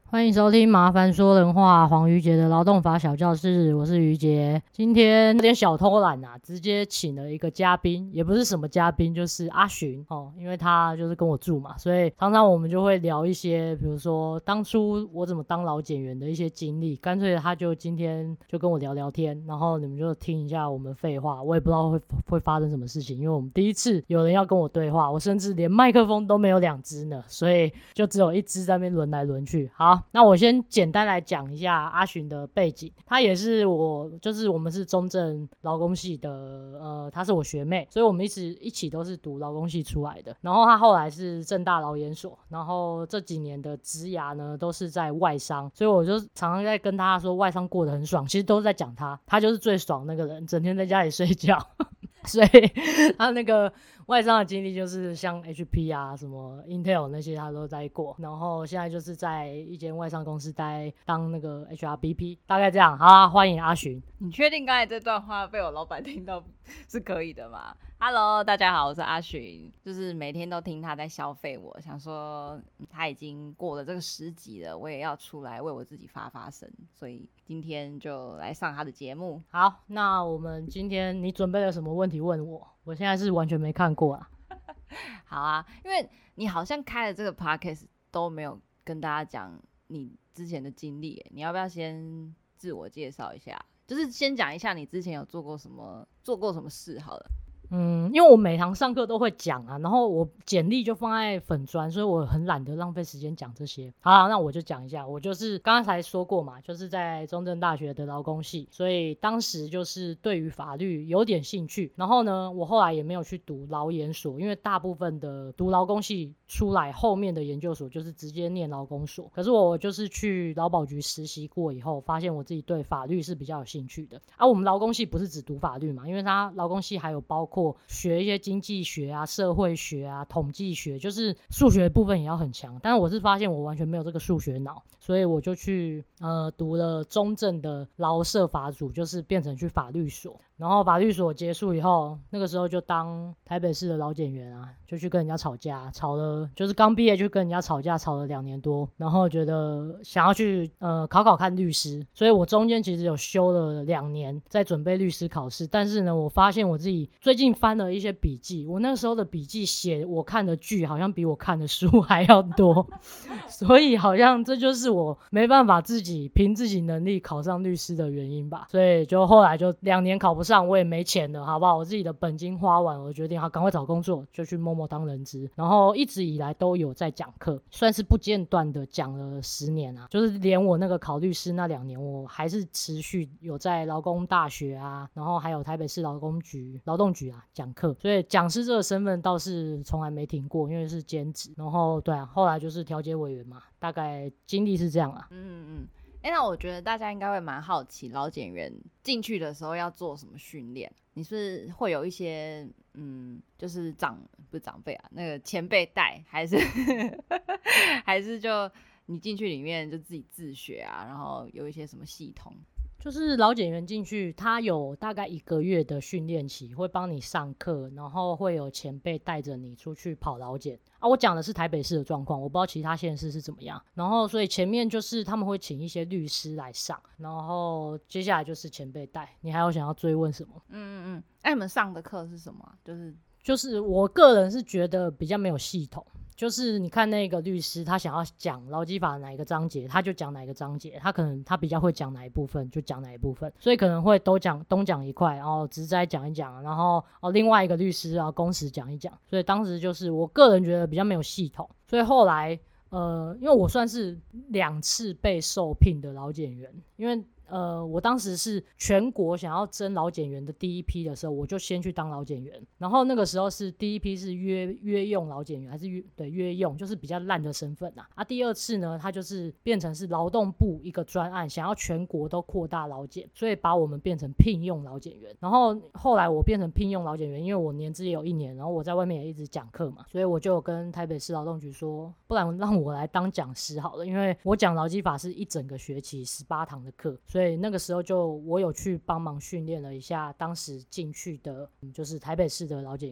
欢迎收听麻烦说人话黄瑜杰的劳动法小教室，我是瑜杰。今天有点小偷懒啊，直接请了一个嘉宾，也不是什么嘉宾，就是阿寻哦，因为他就是跟我住嘛，所以常常我们就会聊一些，比如说当初我怎么当劳检员的一些经历，干脆他就今天就跟我聊聊天，然后你们就听一下我们废话，我也不知道会发生什么事情，因为我们第一次有人要跟我对话，我甚至连麦克风都没有2只呢，所以就只有1只在那边轮来轮去。好，那我先简单来讲一下阿寻的背景，他也是我们是中正劳工系的，他是我学妹，所以我们一起都是读劳工系出来的。然后他后来是政大劳研所，然后这几年的职涯呢都是在外商，所以我就常常在跟他说外商过得很爽，其实都是在讲他就是最爽那个人，整天在家里睡觉。所以他那个外商的经历就是像 HP 啊什么 Intel 那些他都待过，然后现在就是在一间外商公司当那个 HRBP， 大概这样。好啦，欢迎阿寻。 你确定刚才这段话被我老板听到是可以的吗？ Hello， 大家好，我是阿寻，就是每天都听他在消费我，想说他已经过了这个10集了，我也要出来为我自己发声，所以今天就来上他的节目。 好，那我们今天你准备了什么问题问我？我现在是完全没看过啊。 好啊，因为你好像开了这个 podcast 都没有跟大家讲你之前的经历，你要不要先自我介绍一下？就是先讲一下你之前有做过什么事好了。 因为我每堂上课都会讲啊，然后我简历就放在粉专，所以我很懒得浪费时间讲这些。好，那我就讲一下，我就是刚才说过嘛，就是在中正大学的劳工系，所以当时就是对于法律有点兴趣。然后呢，我后来也没有去读劳研所，因为大部分的读劳工系出来后面的研究所就是直接念劳工所。可是我就是去劳保局实习过以后，发现我自己对法律是比较有兴趣的。我们劳工系不是只读法律嘛，因为它劳工系还有包括学一些经济学啊、社会学啊、统计学，就是数学部分也要很强。但是我是发现我完全没有这个数学脑，所以我就去读了中正的劳社法组，就是变成去法律所。然后法律所结束以后，那个时候就当台北市的劳检员啊，就去跟人家吵架，吵了就是刚毕业就跟人家吵架，吵了2年多，然后觉得想要去考看律师，所以我中间其实有修了2年在准备律师考试。但是呢，我发现我自己最近翻了一些笔记，我那个时候的笔记写我看的剧好像比我看的书还要多，所以好像这就是我没办法凭自己能力考上律师的原因吧。所以就后来就2年考不上，我也没钱了，好不好？我自己的本金花完，我决定好赶快找工作，就去默默当人资。然后一直以来都有在讲课，算是不间断的讲了10年啊，就是连我那个考律师那2年，我还是持续有在劳工大学啊，然后还有台北市劳动局啊讲课，所以讲师这个身份倒是从来没停过，因为是兼职。然后对啊，后来就是调解委员嘛，大概经历是这样啊。 那我觉得大家应该会蛮好奇劳检员进去的时候要做什么训练，你是不是会有一些就是不是长辈啊，那个前辈带，还是还是就你进去里面就自己自学啊，然后有一些什么系统？ 就是劳检员进去，他有大概1个月的训练期，会帮你上课，然后会有前辈带着你出去跑劳检啊。我讲的是台北市的状况，我不知道其他县市是怎么样。然后所以前面就是他们会请一些律师来上，然后接下来就是前辈带。你还有想要追问什么？ 那你们上的课是什么啊？ 就是我个人是觉得比较没有系统，就是你看那个律师他想要讲劳基法哪一个章节，他就讲哪一个章节，他可能他比较会讲哪一部分就讲哪一部分，所以可能会东讲一块，然后职灾讲一讲，然后另外一个律师啊工时讲一讲，所以当时就是我个人觉得比较没有系统。所以后来因为我算是2次被受聘的劳检员，因为我当时是全国想要征劳检员的第一批的时候，我就先去当劳检员。然后那个时候是第一批是约用劳检员，还是约用，就是比较烂的身份啊。第二次呢，它就是变成是劳动部一个专案，想要全国都扩大劳检，所以把我们变成聘用劳检员。然后后来我变成聘用劳检员，因为我年资也有1年，然后我在外面也一直讲课嘛，所以我就有跟台北市劳动局说，不然让我来当讲师好了，因为我讲劳基法是一整个学期18堂的课，所以那个时候就我有去帮忙训练了一下当时进去的就是台北市的劳检员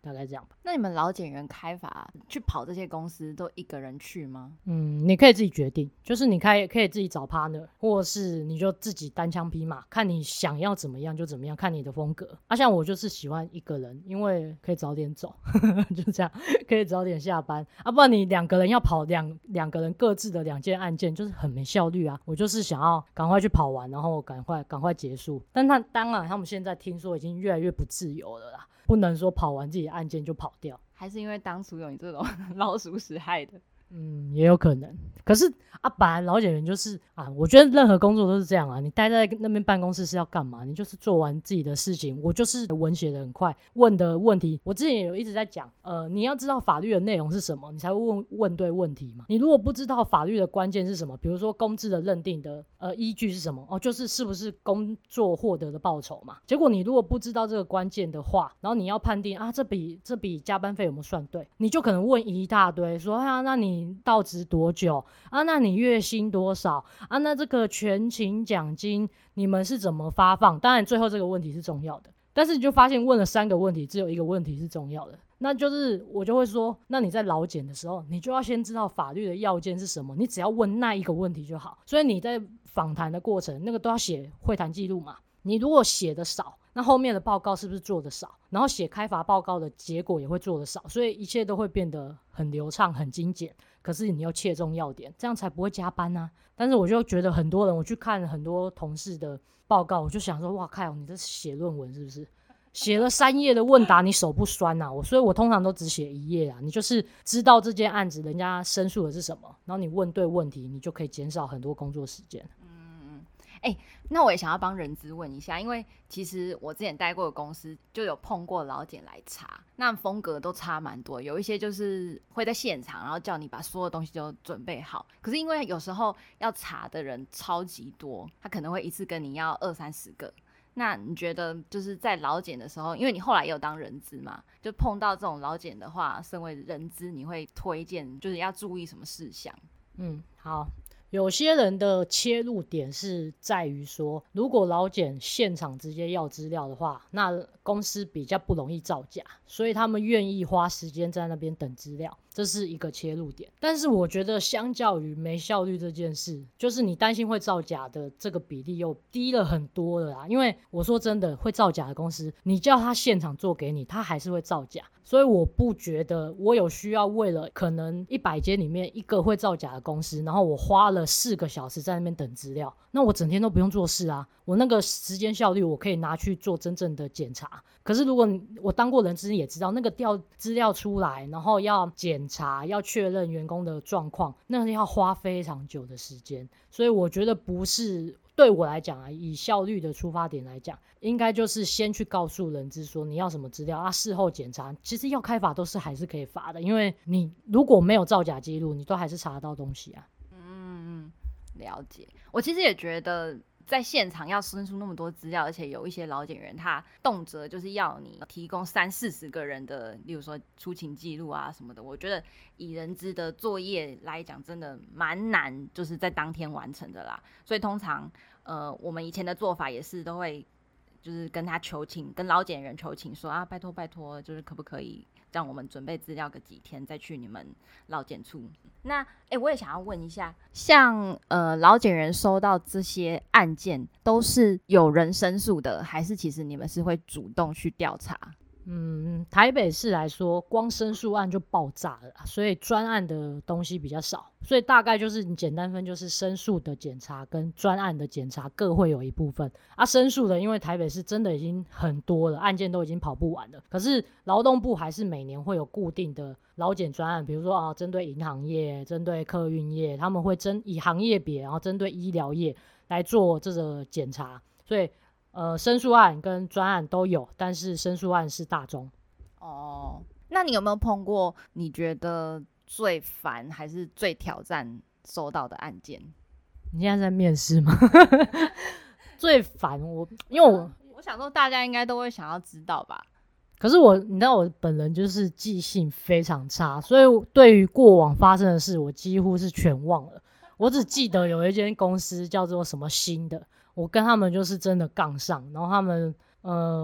大概这样吧。 那你们劳检员开发去跑这些公司都一个人去吗？ 你可以自己决定，就是你可以自己找 partner， 或者是你就自己单枪匹马，看你想要怎么样就怎么样，看你的风格。像我就是喜欢一个人，因为可以早点走就这样，可以早点下班不然你两个人要跑两个人各自的2件案件，就是很没效率啊。我就是想要赶快去跑完，然后赶快结束。但当然他们现在听说已经越来越不自由了啦，不能说跑完自己的案件就跑掉， 还是因为当初有你这种老鼠屎害的？ 也有可能。可是本来劳检员就是我觉得任何工作都是这样你待在那边办公室是要干嘛？你就是做完自己的事情。我就是文写的很快，问的问题我之前也有一直在讲你要知道法律的内容是什么，你才会问对问题嘛。你如果不知道法律的关键是什么，比如说工资的认定的依据是什么就是是不是工作获得的报酬嘛。结果你如果不知道这个关键的话，然后你要判定这笔加班费有没有算对，你就可能问一大堆说那你到职多久那你月薪多少那这个全勤奖金你们是怎么发放？当然最后这个问题是重要的，但是你就发现问了3个问题，只有1个问题是重要的。那就是我就会说，那你在劳检的时候，你就要先知道法律的要件是什么，你只要问那1个问题就好。所以你在访谈的过程，那个都要写会谈记录嘛。你如果写的少，那后面的报告是不是做的少？然后写开罚报告的结果也会做的少，所以一切都会变得很流畅、很精简。可是你要切中要点，这样才不会加班但是我就觉得很多人，我去看很多同事的报告，我就想说，哇靠，你这是写论文是不是？写了3页的问答，你手不酸所以我通常都只写1页你就是知道这件案子人家申诉的是什么，然后你问对问题，你就可以减少很多工作时间。 那我也想要帮人资问一下，因为其实我之前待过的公司就有碰过劳检来查，那风格都差蛮多，有一些就是会在现场，然后叫你把所有东西都准备好，可是因为有时候要查的人超级多，他可能会一次跟你要20-30个。那你觉得就是在劳检的时候，因为你后来也有当人资嘛，就碰到这种劳检的话，身为人资你会推荐就是要注意什么事项？ 好，有些人的切入点是在于说，如果劳检现场直接要资料的话，那公司比较不容易造假，所以他们愿意花时间在那边等资料，这是一个切入点。但是我觉得相较于没效率这件事，就是你担心会造假的这个比例又低了很多了啦。因为我说真的，会造假的公司，你叫他现场做给你，他还是会造假。所以我不觉得我有需要为了可能100间里面1个会造假的公司，然后我花了4个小时在那边等资料，那我整天都不用做事我那个时间效率我可以拿去做真正的检查。可是如果我当过人资也知道，那个调资料出来，然后要检查要确认员工的状况，那个要花非常久的时间。所以我觉得不是，对我来讲以效率的出发点来讲，应该就是先去告诉人资说你要什么资料事后检查其实要开罚都是还是可以罚的，因为你如果没有造假记录，你都还是查得到东西了解。我其实也觉得在现场要申诉那么多资料，而且有一些劳检员他动辄就是要你提供30-40个人的例如说出勤记录什么的，我觉得以人资的作业来讲真的蛮难就是在当天完成的啦。所以通常我们以前的做法也是都会就是跟他求情，跟劳检人求情说拜托拜托，就是可不可以让我们准备资料个几天再去你们劳检处。那我也想要问一下，像劳检人收到这些案件都是有人申诉的，还是其实你们是会主动去调查？ 台北市来说，光申诉案就爆炸了，所以专案的东西比较少，所以大概就是你简单分就是申诉的检查跟专案的检查各会有一部分申诉的因为台北市真的已经很多了，案件都已经跑不完了，可是劳动部还是每年会有固定的劳检专案，比如说针对银行业、针对客运业，他们会以行业别，然后针对医疗业来做这个检查，所以申诉案跟专案都有，但是申诉案是大宗。 那你有没有碰过你觉得最烦还是最挑战收到的案件？ 你现在在面试吗？最烦因为我想说大家应该都会想要知道吧。 可是你知道我本人就是记性非常差，所以对于过往发生的事我几乎是全忘了。我只记得有一间公司叫做什么新的，我跟他们就是真的杠上，然后他们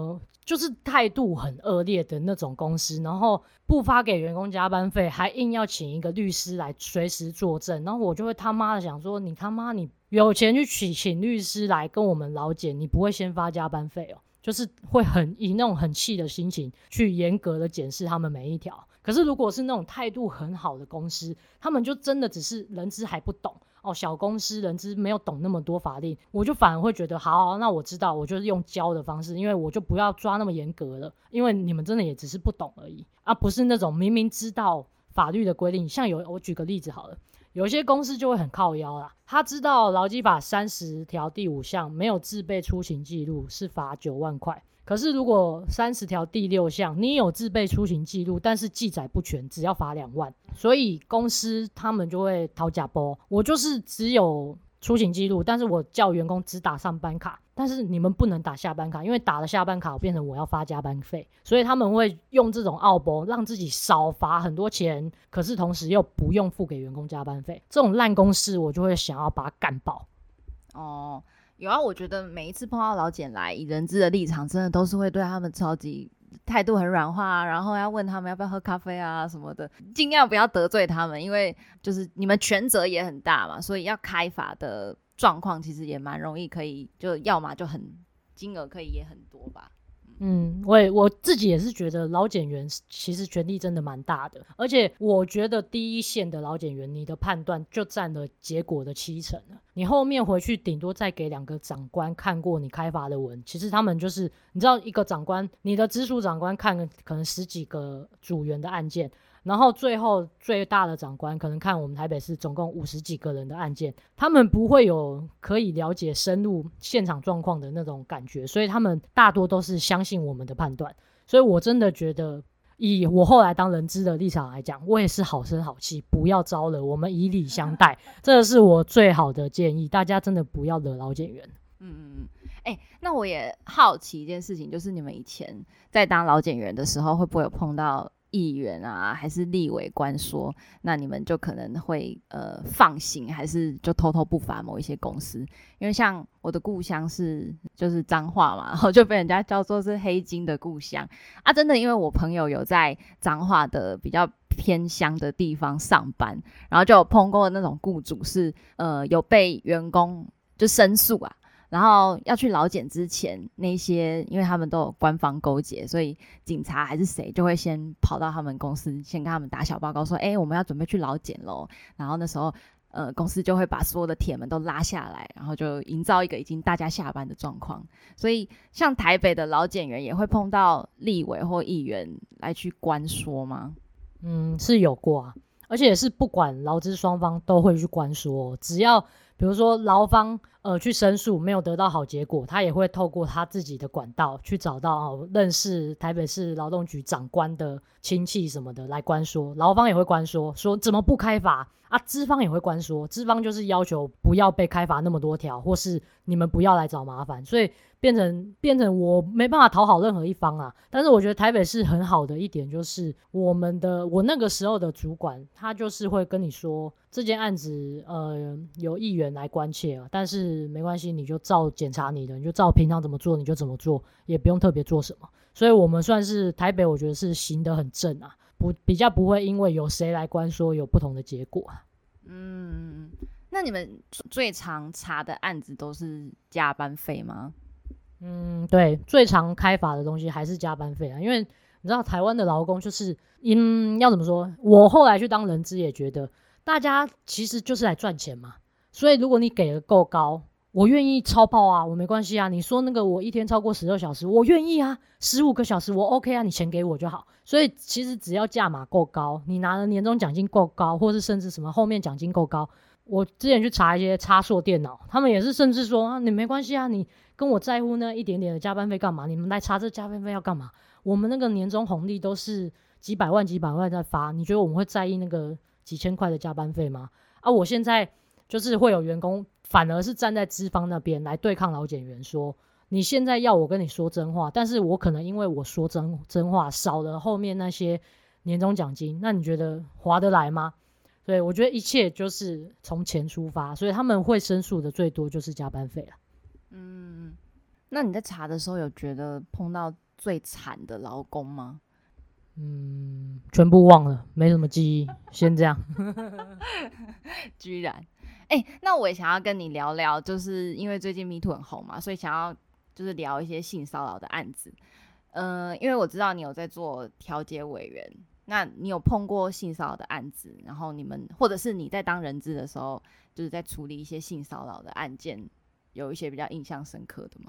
就是态度很恶劣的那种公司，然后不发给员工加班费，还硬要请一个律师来随时作证，然后我就会他妈的想说，你他妈你有钱去请律师来跟我们劳检，你不会先发加班费哦？就是会以那种很气的心情去严格的检视他们每一条。可是如果是那种态度很好的公司，他们就真的只是人资还不懂哦，小公司人资没有懂那么多法令，我就反而会觉得好，那我知道，我就是用教的方式，因为我就不要抓那么严格了，因为你们真的也只是不懂而已啊，不是那种明明知道法律的规定。像我举个例子好了，有些公司就会很靠腰啦，他知道劳基法30条第5项没有自备出勤记录是罚9万块，可是如果30条第6项你有自备出勤记录，但是记载不全，只要罚2万。所以公司他们就会讨假包，我就是只有出勤记录，但是我叫员工只打上班卡，但是你们不能打下班卡，因为打了下班卡变成我要发加班费，所以他们会用这种奥博让自己少罚很多钱，可是同时又不用付给员工加班费。这种烂公司我就会想要把它干爆。 哦，有啊，我觉得每一次碰到劳检来，以人资的立场，真的都是会对他们超级态度很软化啊，然后要问他们要不要喝咖啡啊什么的，尽量不要得罪他们，因为就是你们权责也很大嘛，所以要开罚的状况其实也蛮容易，可以就要么就很金额可以也很多吧。 我自己也是觉得劳检员其实权力真的蛮大的，而且我觉得第一线的劳检员，你的判断就占了结果的70%了。你后面回去顶多再给2个长官看过你开罚的文，其实他们就是你知道一个长官，你的直属长官看可能10几个组员的案件，然后最后最大的长官可能看我们台北市总共50几个人的案件，他们不会有可以了解深入现场状况的那种感觉，所以他们大多都是相信我们的判断。所以我真的觉得以我后来当人资的立场来讲，我也是好声好气，不要招惹，我们以礼相待，这是我最好的建议，大家真的不要惹劳检员。 那我也好奇一件事情，就是你们以前在当劳检员的时候，会不会有碰到议员啊，还是立委官说，那你们就可能会放行，还是就偷偷不罚某一些公司？因为像我的故乡就是彰化嘛，然后就被人家叫做是黑金的故乡啊，真的，因为我朋友有在彰化的比较偏乡的地方上班，然后就有碰过那种雇主是有被员工就申诉啊。然后要去劳检之前，那些因为他们都有官方勾结，所以警察还是谁就会先跑到他们公司，先跟他们打小报告说，我们要准备去劳检咯。然后那时候公司就会把所有的铁门都拉下来，然后就营造一个已经大家下班的状况。所以像台北的劳检员也会碰到立委或议员来去关说吗？ 是有过啊，而且是不管劳资双方都会去关说，只要比如说劳方去申诉没有得到好结果，他也会透过他自己的管道去找到认识台北市劳动局长官的亲戚什么的来关说，劳方也会关说怎么不开罚啊，资方也会关说，资方就是要求不要被开罚那么多条，或是你们不要来找麻烦，所以变成我没办法讨好任何一方啊。但是我觉得台北市很好的一点就是我那个时候的主管，他就是会跟你说这件案子有议员来关切啊，但是没关系，你就照检查你的，你就照平常怎么做你就怎么做，也不用特别做什么。所以我们算是台北，我觉得是行得很正啊，比较不会因为有谁来关说有不同的结果啊。 那你们最常查的案子都是加班费吗？ 对，最常开罚的东西还是加班费啊，因为你知道台湾的劳工就是要怎么说，我后来去当人资也觉得大家其实就是来赚钱嘛，所以如果你给的够高，我愿意超爆啊，我没关系啊，你说那个我一天超过12小时我愿意啊，15个小时我 OK 啊，你钱给我就好。所以其实只要价码够高，你拿的年终奖金够高，或是甚至什么后面奖金够高，我之前去查一些插硕电脑，他们也是甚至说你没关系啊，你跟我在乎那一点点的加班费干嘛？你们来查这加班费要干嘛？我们那个年终红利都是几百万在发，你觉得我们会在意那个几千块的加班费吗？啊，我现在就是会有员工反而是站在资方那边来对抗劳检员，说你现在要我跟你说真话，但是我可能因为我说真话少了后面那些年终奖金，那你觉得划得来吗？所以我觉得一切就是从钱出发，所以他们会申诉的最多就是加班费了。 那你在查的时候有觉得碰到最惨的劳工吗？ 全部忘了，没什么记忆，先这样。 居然，那我也想要跟你聊聊，就是因为最近 MeToo 很红嘛，所以想要就是聊一些性骚扰的案子。因为我知道你有在做调解委员，那你有碰过性骚扰的案子，然后你们或者是你在当人质的时候，就是在处理一些性骚扰的案件，有一些比较印象深刻的吗？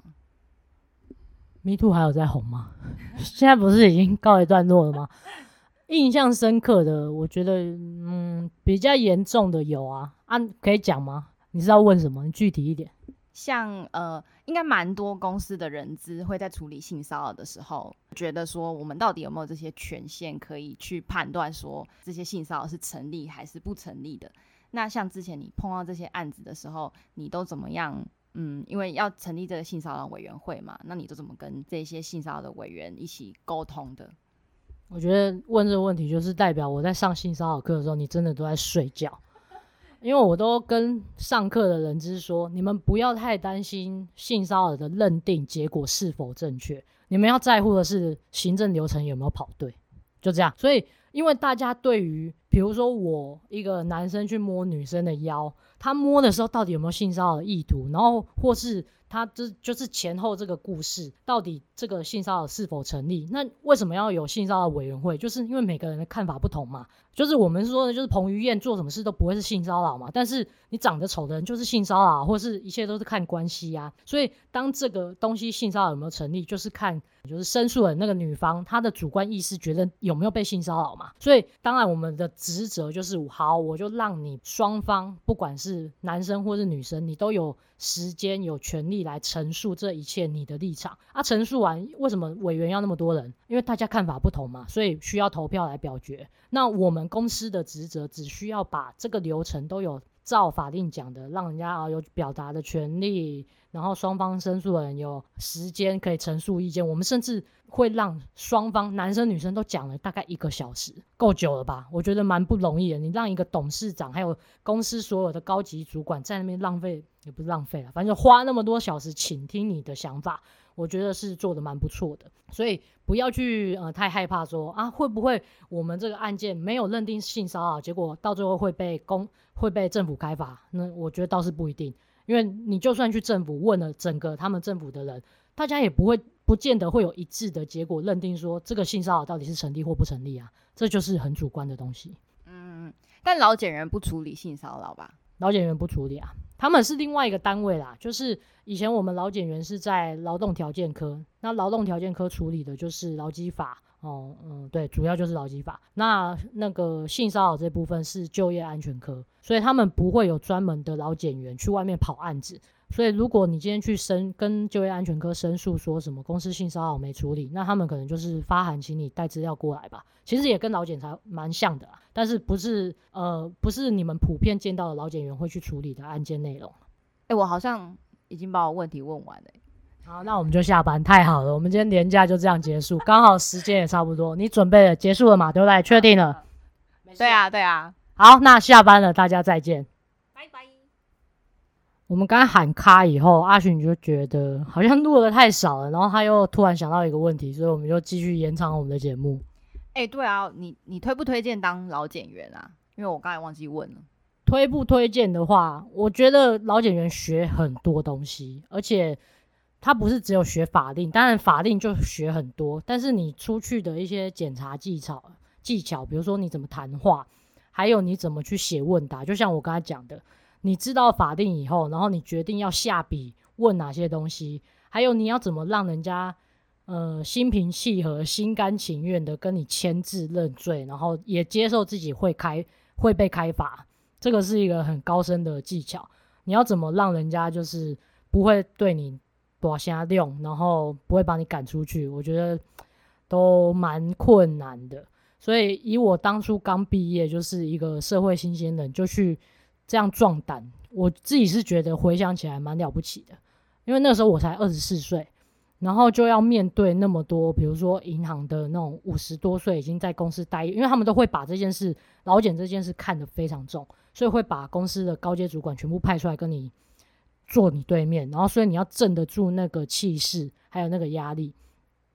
MeToo 还有在红吗？现在不是已经告一段落了吗？印象深刻的，我觉得比较严重的有啊，可以讲吗？你是要问什么？你具体一点。 像应该蛮多公司的人资会在处理性骚扰的时候，觉得说我们到底有没有这些权限可以去判断说这些性骚扰是成立还是不成立的。那像之前你碰到这些案子的时候，你都怎么样？因为要成立这个性骚扰委员会嘛，那你都怎么跟这些性骚扰的委员一起沟通的？ 我觉得问这个问题就是代表我在上性骚扰课的时候，你真的都在睡觉。因为我都跟上课的人资说，你们不要太担心性骚扰的认定结果是否正确，你们要在乎的是行政流程有没有跑对，就这样。所以因为大家对于比如说我一个男生去摸女生的腰，他摸的时候到底有没有性骚扰的意图，然后或是他就是前后这个故事到底这个性骚扰是否成立，那为什么要有性骚扰委员会？就是因为每个人的看法不同嘛。就是我们说的就是彭于晏做什么事都不会是性骚扰嘛，但是你长得丑的人就是性骚扰，或是一切都是看关系啊。所以当这个东西性骚扰有没有成立，就是看就是申诉的那个女方她的主观意识觉得有没有被性骚扰嘛。所以当然我们的职责就是好，我就让你双方不管是男生或是女生，你都有时间有权利来陈述这一切你的立场啊。陈述完，为什么委员要那么多人？因为大家看法不同嘛，所以需要投票来表决。那我们公司的职责只需要把这个流程都有照法令讲的，让人家有表达的权利，然后双方申诉的人有时间可以陈述意见。我们甚至会让双方男生女生都讲了大概1个小时，够久了吧？我觉得蛮不容易的。你让一个董事长还有公司所有的高级主管在那边浪费，也不是浪费啦，反正就花那么多小时倾听你的想法，我觉得是做的蛮不错的。所以不要去太害怕说会不会我们这个案件没有认定性骚扰，结果到最后会被政府开罚？那我觉得倒是不一定，因为你就算去政府问了整个他们政府的人，大家也不见得会有一致的结果认定说这个性骚扰到底是成立或不成立啊，这就是很主观的东西。 但劳检员不处理性骚扰吧？ 劳检员不处理啊，他们是另外一个单位啦。就是以前我们劳检员是在劳动条件科，那劳动条件科处理的就是劳基法对，主要就是劳基法。那个性骚扰这部分是就业安全科，所以他们不会有专门的劳检员去外面跑案子。所以如果你今天去跟就业安全科申诉说什么公司性骚扰没处理，那他们可能就是发函请你带资料过来吧。其实也跟劳检才蛮像的啦，但是不是你们普遍见到的劳检员会去处理的案件内容。 我好像已经把我问题问完了。 好，那我们就下班，太好了，我们今天连假就这样结束，刚好时间也差不多。你准备了结束了嘛？对不对？确定了？ 对啊。 好，那下班了，大家再见， 拜拜。 我们刚才喊卡以后，阿寻就觉得好像录的太少了，然后他又突然想到一个问题，所以我们就继续延长我们的节目。 对啊，你推不推荐当劳检员啊？因为我刚才忘记问了。 推不推荐的话，我觉得劳检员学很多东西，而且他不是只有学法令，当然法令就学很多，但是你出去的一些检查技巧，比如说你怎么谈话，还有你怎么去写问答，就像我刚才讲的，你知道法令以后，然后你决定要下笔问哪些东西，还有你要怎么让人家心平气和、心甘情愿的跟你签字认罪，然后也接受自己会被开罚，这个是一个很高深的技巧。你要怎么让人家就是不会对你大声用，然后不会把你赶出去，我觉得都蛮困难的。所以以我当初刚毕业就是一个社会新鲜人，就去这样壮胆，我自己是觉得回想起来蛮了不起的。因为那时候我才24岁，然后就要面对那么多，比如说银行的那种50多岁已经在公司待，因为他们都会把这件事劳检这件事看得非常重，所以会把公司的高阶主管全部派出来跟你坐你对面，然后所以你要镇得住那个气势还有那个压力。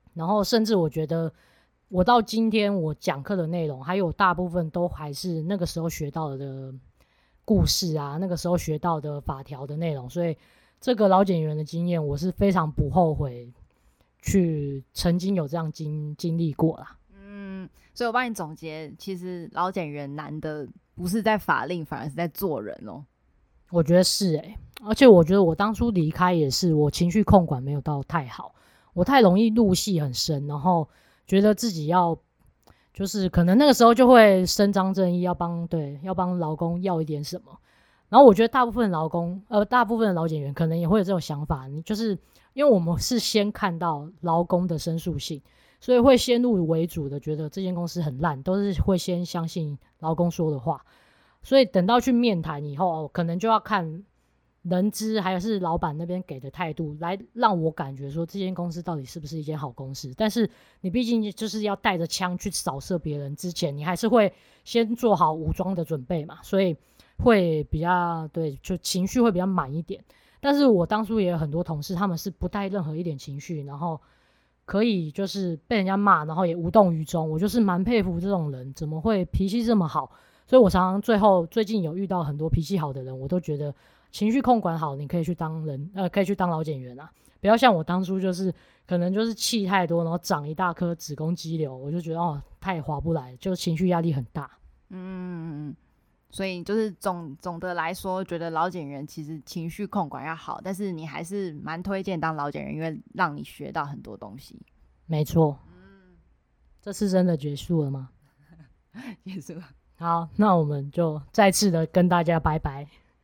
然后甚至我觉得我到今天我讲课的内容还有大部分都还是那个时候学到的故事啊，那个时候学到的法条的内容，所以这个劳检员的经验我是非常不后悔去曾经有这样经历过啦。 所以我帮你总结，其实劳检员难的不是在法令，反而是在做人哦。 我觉得是而且我觉得我当初离开也是我情绪控管没有到太好，我太容易入戏很深，然后觉得自己要就是可能那个时候就会伸张正义，要帮劳工要一点什么。然后我觉得大部分的劳检员可能也会有这种想法，你就是因为我们是先看到劳工的申诉性，所以会先入为主的觉得这间公司很烂，都是会先相信劳工说的话。所以等到去面谈以后，可能就要看人资还是老板那边给的态度，来让我感觉说这间公司到底是不是一间好公司。但是你毕竟就是要带着枪去扫射别人之前，你还是会先做好武装的准备嘛，所以会比较对，就情绪会比较满一点。但是我当初也有很多同事，他们是不带任何一点情绪，然后可以就是被人家骂，然后也无动于衷。我就是蛮佩服这种人，怎么会脾气这么好？所以我常常最近有遇到很多脾气好的人，我都觉得情绪控管好，你可以去当可以去当劳检员啊，不要像我当初就是可能就是气太多，然后长一大颗子宫肌瘤，我就觉得太划不来，就情绪压力很大。 所以就是总的来说，觉得劳检员其实情绪控管要好，但是你还是蛮推荐当劳检员，因为让你学到很多东西。 没错。这次真的结束了吗？ 结束了。 好，那我们就再次的跟大家拜拜。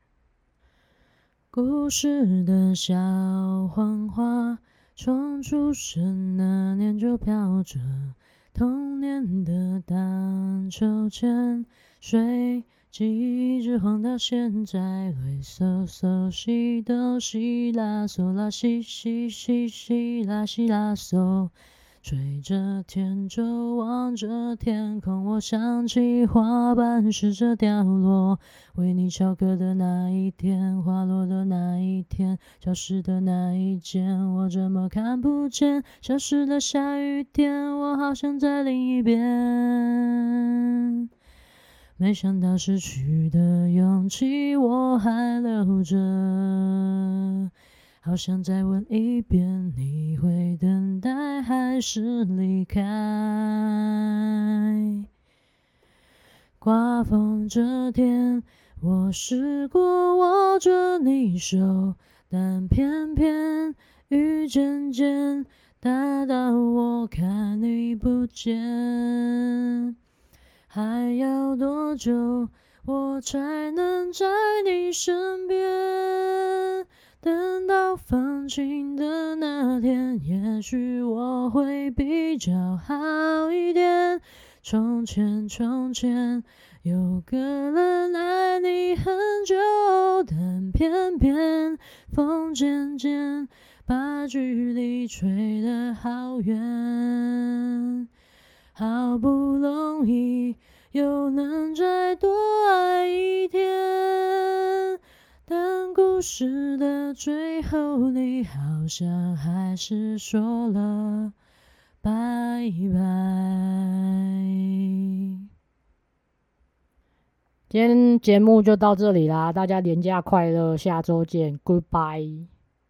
故事的小黄花，从出生那年就飘着，童年的荡秋千，水记忆直晃到现在，泪簌簌西哆西拉嗦拉西西西西拉西拉嗦。吹着天舟望着天空，我想起花瓣试着掉落，为你翘课的那一天，花落的那一天，消失的那一间，我怎么看不见？消失的下雨天，我好想在另一边。没想到失去的勇气我还留着，好想再问一遍，你会等待还是离开？刮风这天，我试过握着你手，但偏偏雨渐渐大到我看你不见。还要多久我才能在你身边？等到放晴的那天，也许我会比较好一点。从前从前有个人爱你很久，但偏偏风渐渐把距离吹得好远。好不容易又能再多爱一天，但故事的最后，你好像还是说了拜拜。今天节目就到这里啦，大家连假快乐，下周见 ，Goodbye。